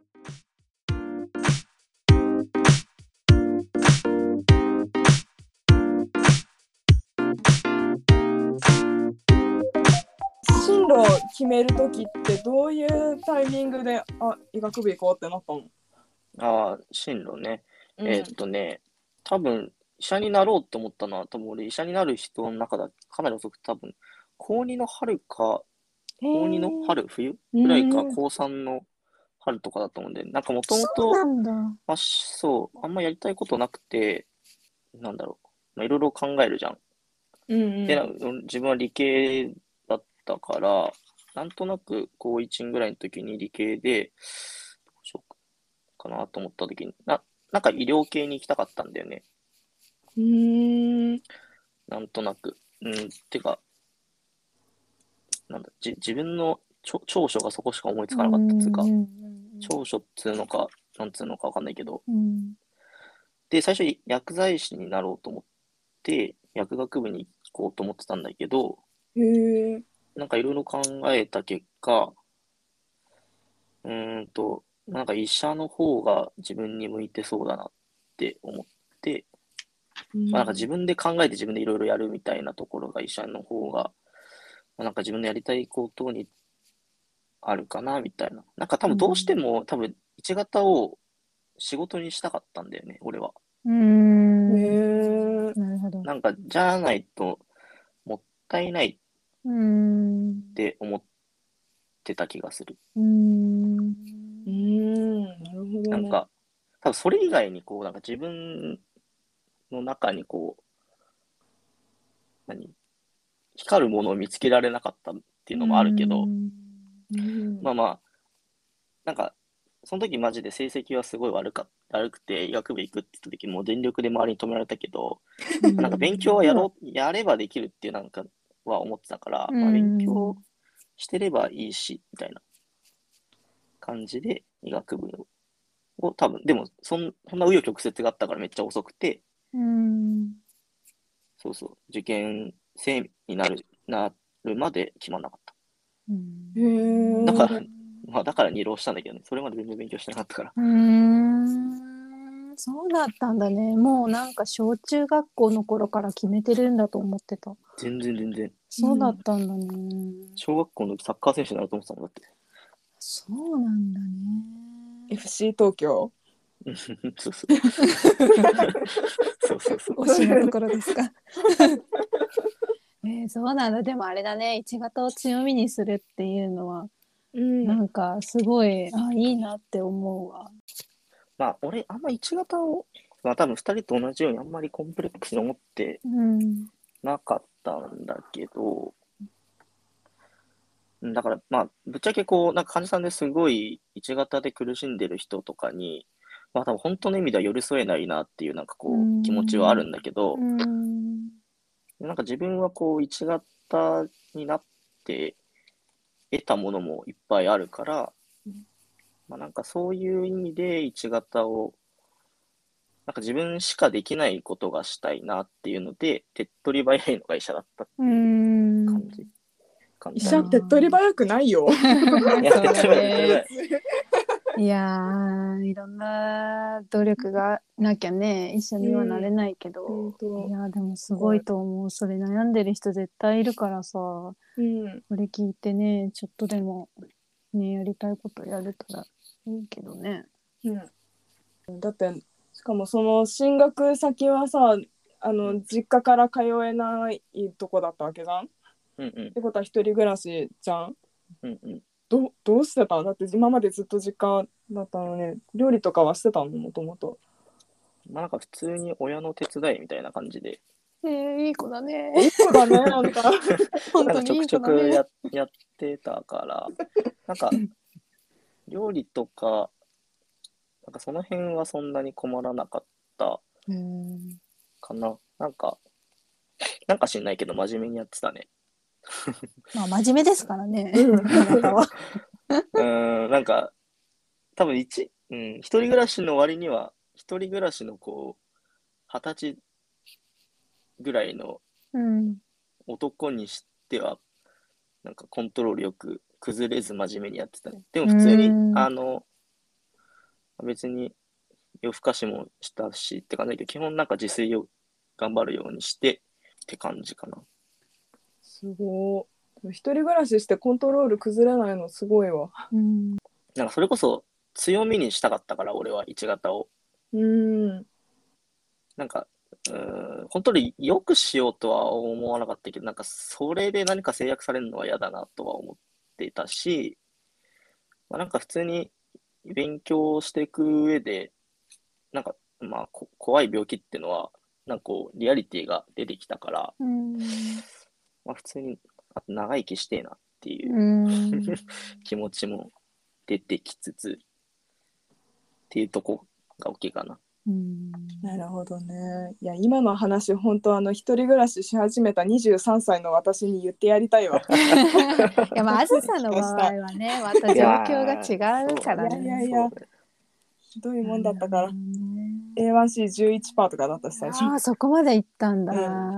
進路を決めるときってどういうタイミングで医学部行こうってなったの？ 進路ね。 うん多分、医者になろうって思ったのは、多分俺、医者になる人の中だ、かなり遅くて、多分、高2の春か、高2の春、冬ぐらいか、高3の春とかだと思うんで、なんかもともそうと、 なんだ。 あんまやりたいことなくて、なんだろう、いろいろ考えるじゃん。で、自分は理系だったから、なんとなく高1ぐらいの時に理系で、どうしようかなと思った時に、なんか医療系に行きたかったんだよね。なんとなく。てか、なんだ、自分の長所がそこしか思いつかなかったっつうか、長所っつうのか、なんつうのかわかんないけど。で、最初薬剤師になろうと思って、薬学部に行こうと思ってたんだけど、なんかいろいろ考えた結果、なんか医者の方が自分に向いてそうだなって思って、なんか自分で考えて自分でいろいろやるみたいなところが医者の方が、なんか自分のやりたいことにあるかなみたいな。なんか多分どうしても、多分1型を仕事にしたかったんだよね、俺は。 なるほど。 なんかじゃないともったいないって思ってた気がする。 なるほどね。 なんか、多分それ以外にこう、なんか自分の中にこう、光るものを見つけられなかったっていうのもあるけど、まあ、なんか、その時マジで成績はすごい悪くて、医学部行くって言った時もう全力で周りに止められたけど、なんか勉強はやればできるっていうなんかは思ってたから、勉強してればいいし、みたいな感じで医学部を多分、でもそんな紆余曲折があったからめっちゃ遅くて、そうそう、受験生になるまで決まんなかった。だから二浪したんだけどね、それまで全然勉強してなかったから。 そうだったんだね。もうなんか小中学校の頃から決めてるんだと思ってた。 全然。 そうだったんだね。 小学校の時サッカー選手になると思ってたもんだって。 そうなんだね。 FC 東京。 そう。 推しのところですか。そうなんだ。でもあれだね。1型を強みにするっていうのは、なんかすごい、いいなって思うわ。 まあ、俺、あんま1型を、多分2人と同じようにあんまりコンプレックスに思ってなかったんだけど、だから、ぶっちゃけこう、なんか患者さんですごい1型で苦しんでる人とかに、多分本当の意味では寄り添えないなっていうなんかこう、気持ちはあるんだけど、なんか自分はこう、1型になって得たものもいっぱいあるから、なんかそういう意味で1型を、なんか自分しかできないことがしたいなっていうので、手っ取り早いのが医者だったっていう感じ。 医者手っ取り早くないよ。 いや、手っ取り早い。 いやー、いろんな努力がなきゃね、医者にはなれないけど、いやでもすごいと思う。それ悩んでる人絶対いるからさ、これ聞いてね、ちょっとでもね、やりたいことやれたらいいけどね。 だってしかもその進学先はさ、実家から通えないとこだったわけじゃん。ってことは一人暮らしじゃん。どうしてた？だって今までずっと実家だったのに、料理とかはしてたの？もともと。 なんか普通に親の手伝いみたいな感じで。 いい子だね。 いい子だね、あんた。 本当にいい子だね。 なんかちょくちょくやってたから、なんか料理とか、なんかその辺はそんなに困らなかったかな。なんか知んないけど真面目にやってたね。 真面目ですからね、あなたは。 なんか、多分一人暮らしの割には、一人暮らしのこう、20歳ぐらいの男にしては、なんかコントロールよく崩れず真面目にやってたね。でも普通に、 別に夜更かしもしたしって感じだけど、基本なんか自炊を頑張るようにしてって感じかな。 すごい。一人暮らししてコントロール崩れないのすごいわ。 なんかそれこそ強みにしたかったから、俺は1型を。なんか、本当によくしようとは思わなかったけど、なんかそれで何か制約されるのは嫌だなとは思っていたし、なんか普通に勉強していく上で、なんかまあ怖い病気っていうのは、なんかこうリアリティが出てきたから、まあ普通に長生きしてえなっていう気持ちも出てきつつっていうとこが大きいかな。 なるほどね。いや今の話本当一人暮らしし始めた23歳の私に言ってやりたいわ。 いやまああずさの場合はねまた状況が違うからね。 いやひどいもんだったから、A1C11% とかだったし最初。 ああそこまで行ったんだ。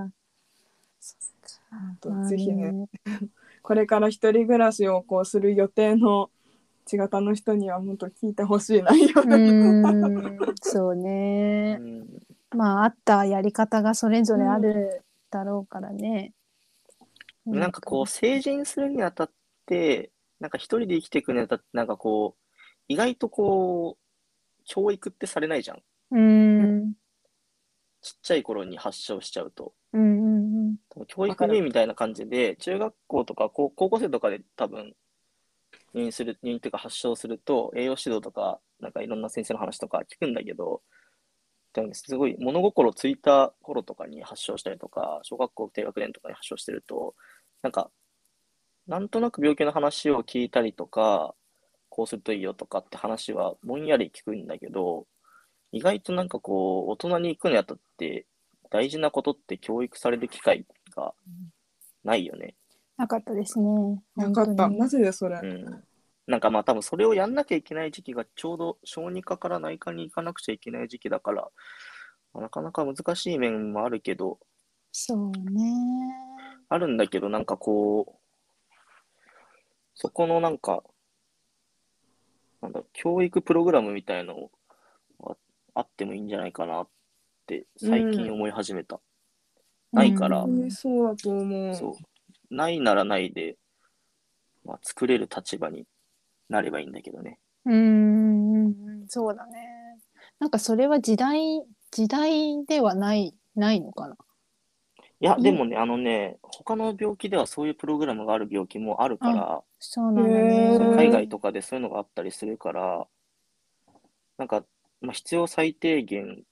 ぜひねこれから一人暮らしをこうする予定の1型の人には本当聞いてほしい内容だ。 そうね。まああったやり方がそれぞれあるだろうからね。 なんかこう成人するにあたってなんか一人で生きていくにあたってなんかこう意外とこう教育ってされないじゃん。ちっちゃい頃に発症しちゃうと。教育にみたいな感じで中学校とか高校生とかで多分入院っていうか発症すると栄養指導とかなんかいろんな先生の話とか聞くんだけど、すごい物心ついた頃とかに発症したりとか小学校低学年とかに発症してるとなんとなく病気の話を聞いたりとかこうするといいよとかって話はぼんやり聞くんだけど、意外となんかこう大人に行くにあたって大事なことって教育される機会がないよね。 なかったですね。 なかった。マジでそれ。 なんかまあ多分それをやんなきゃいけない時期がちょうど小児科から内科に行かなくちゃいけない時期だから、なかなか難しい面もあるけど、 そうね。 あるんだけど、なんかこう、そこのなんか、教育プログラムみたいのがあってもいいんじゃないかなって最近思い始めた。ないから、 そうだと思う。 そう。ないならないで、まあ、作れる立場になればいいんだけどね。 そうだね。なんかそれは時代ではないのかな。 いや、でもね、他の病気ではそういうプログラムがある病気もあるから、 そうなんだね。 海外とかでそういうのがあったりするから、なんか、まあ、必要最低限、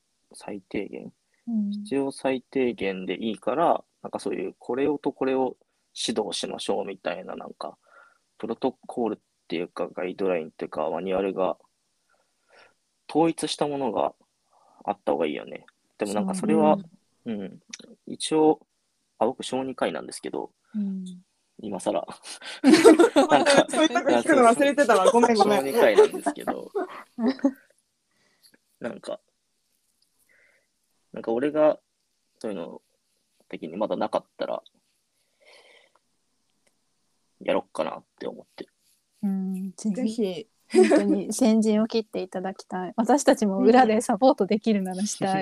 必要最低限でいいから、なんかそういう、これを指導しましょうみたいな、なんか、プロトコールっていうか、ガイドラインっていうか、マニュアルが、統一したものがあった方がいいよね。でもなんかそれは、一応、僕小児科医なんですけど、今更。 なんか、そういったこと聞くの忘れてたわ。ごめん。 小児科医なんですけど、なんか俺がそういうの的にまだなかったら、やろっかなって思ってる。 ぜひ。 本当に先陣を切っていただきたい。私たちも裏でサポートできるならしたい。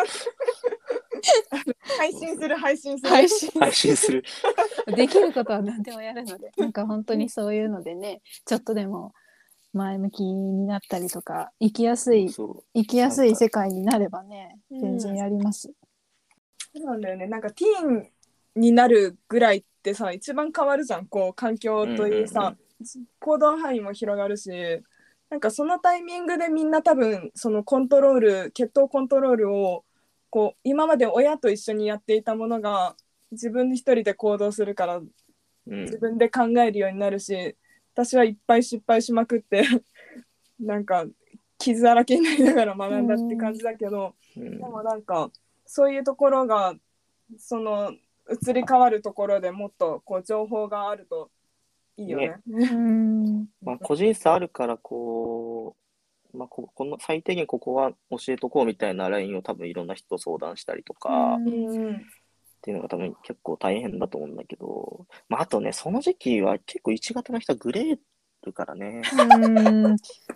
配信する。できることは何でもやるので、なんか本当にそういうのでね、ちょっとでも前向きになったりとか、生きやすい世界になればね、全然やります。 そうなんだよね。なんかティーンになるぐらいってさ、一番変わるじゃん。こう環境といいさ、行動範囲も広がるし、なんかそのタイミングでみんな多分その血糖コントロールをこう今まで親と一緒にやっていたものが自分一人で行動するから自分で考えるようになるし、私はいっぱい失敗しまくってなんか傷だらけになりながら学んだって感じだけど、でもなんかそういうところがその移り変わるところでもっとこう情報があるといいよね。 まあ、個人差あるからこの最低限ここは教えとこうみたいなラインを多分いろんな人と相談したりとかっていうのが多分結構大変だと思うんだけど、まあ、あとねその時期は結構1型の人はグレーるからね。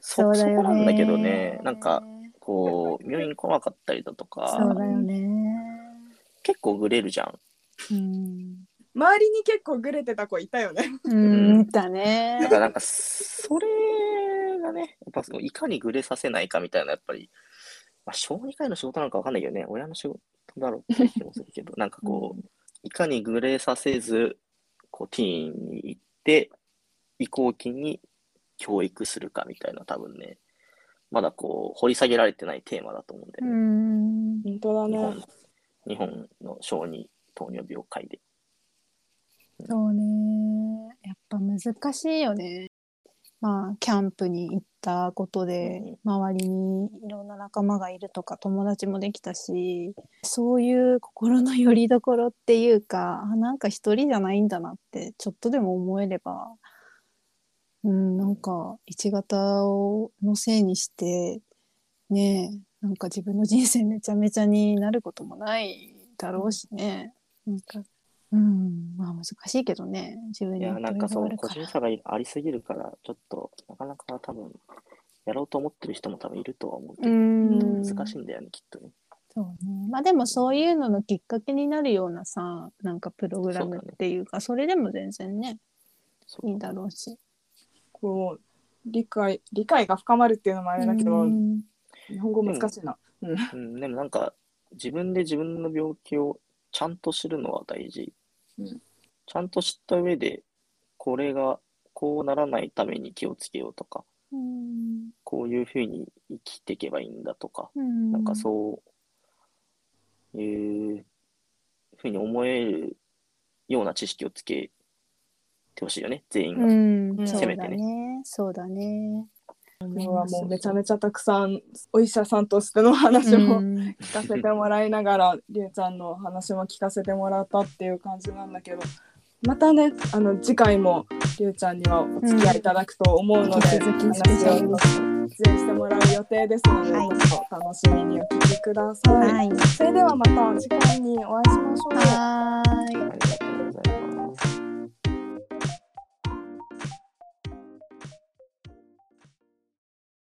そこなんだけどね、なんかこう病院来なかったりだとか、 そうだよね。 結構グレるじゃん。 周りに結構グレてた子いたよね。 いたね。 だからなんかそれがね、やっぱいかにグレさせないかみたいな、やっぱり、まあ、小児科医の仕事なのかわかんないけどね、親の仕事だろうって気もするけど、なんかこう、いかにグレさせず、こうティーンに行って、移行期に教育するかみたいな、多分ね、まだこう、掘り下げられてないテーマだと思うんだよね。 本当だね。 日本の小児糖尿病会で。 そうね。やっぱ難しいよね。まあ、キャンプに行ったことで、周りにいろんな仲間がいるとか、友達もできたし、そういう心の拠り所っていうか、なんか一人じゃないんだなって、ちょっとでも思えれば、なんか1型のせいにして、ねえ、なんか自分の人生めちゃめちゃになることもないだろうしね。なんかまあ難しいけどね、自分に。 いや、なんかそう、個人差がありすぎるから、ちょっと、なかなか多分、やろうと思ってる人も多分いるとは思うけど、難しいんだよね、きっとね。 そうね。まあでもそういうののきっかけになるようなさ、なんかプログラムっていうか、それでも全然ね、いいだろうし。 こう、理解が深まるっていうのもあれだけど、日本語難しいな。 でもなんか、自分で自分の病気をちゃんと知るのは大事。ちゃんと知った上で、これがこうならないために気をつけようとか、こういうふうに生きていけばいいんだとか、なんかそういうふうに思えるような知識をつけてほしいよね、全員が。せめてね。 そうだね。 今日はもうめちゃめちゃたくさんお医者さんとしての話も聞かせてもらいながら、りゅうちゃんの話も聞かせてもらったっていう感じなんだけど、またね、次回もりゅうちゃんにはお付き合いいただくと思うので、話を出演してもらう予定ですので、ちょっと楽しみにお聞きください。それではまた次回にお会いしましょう。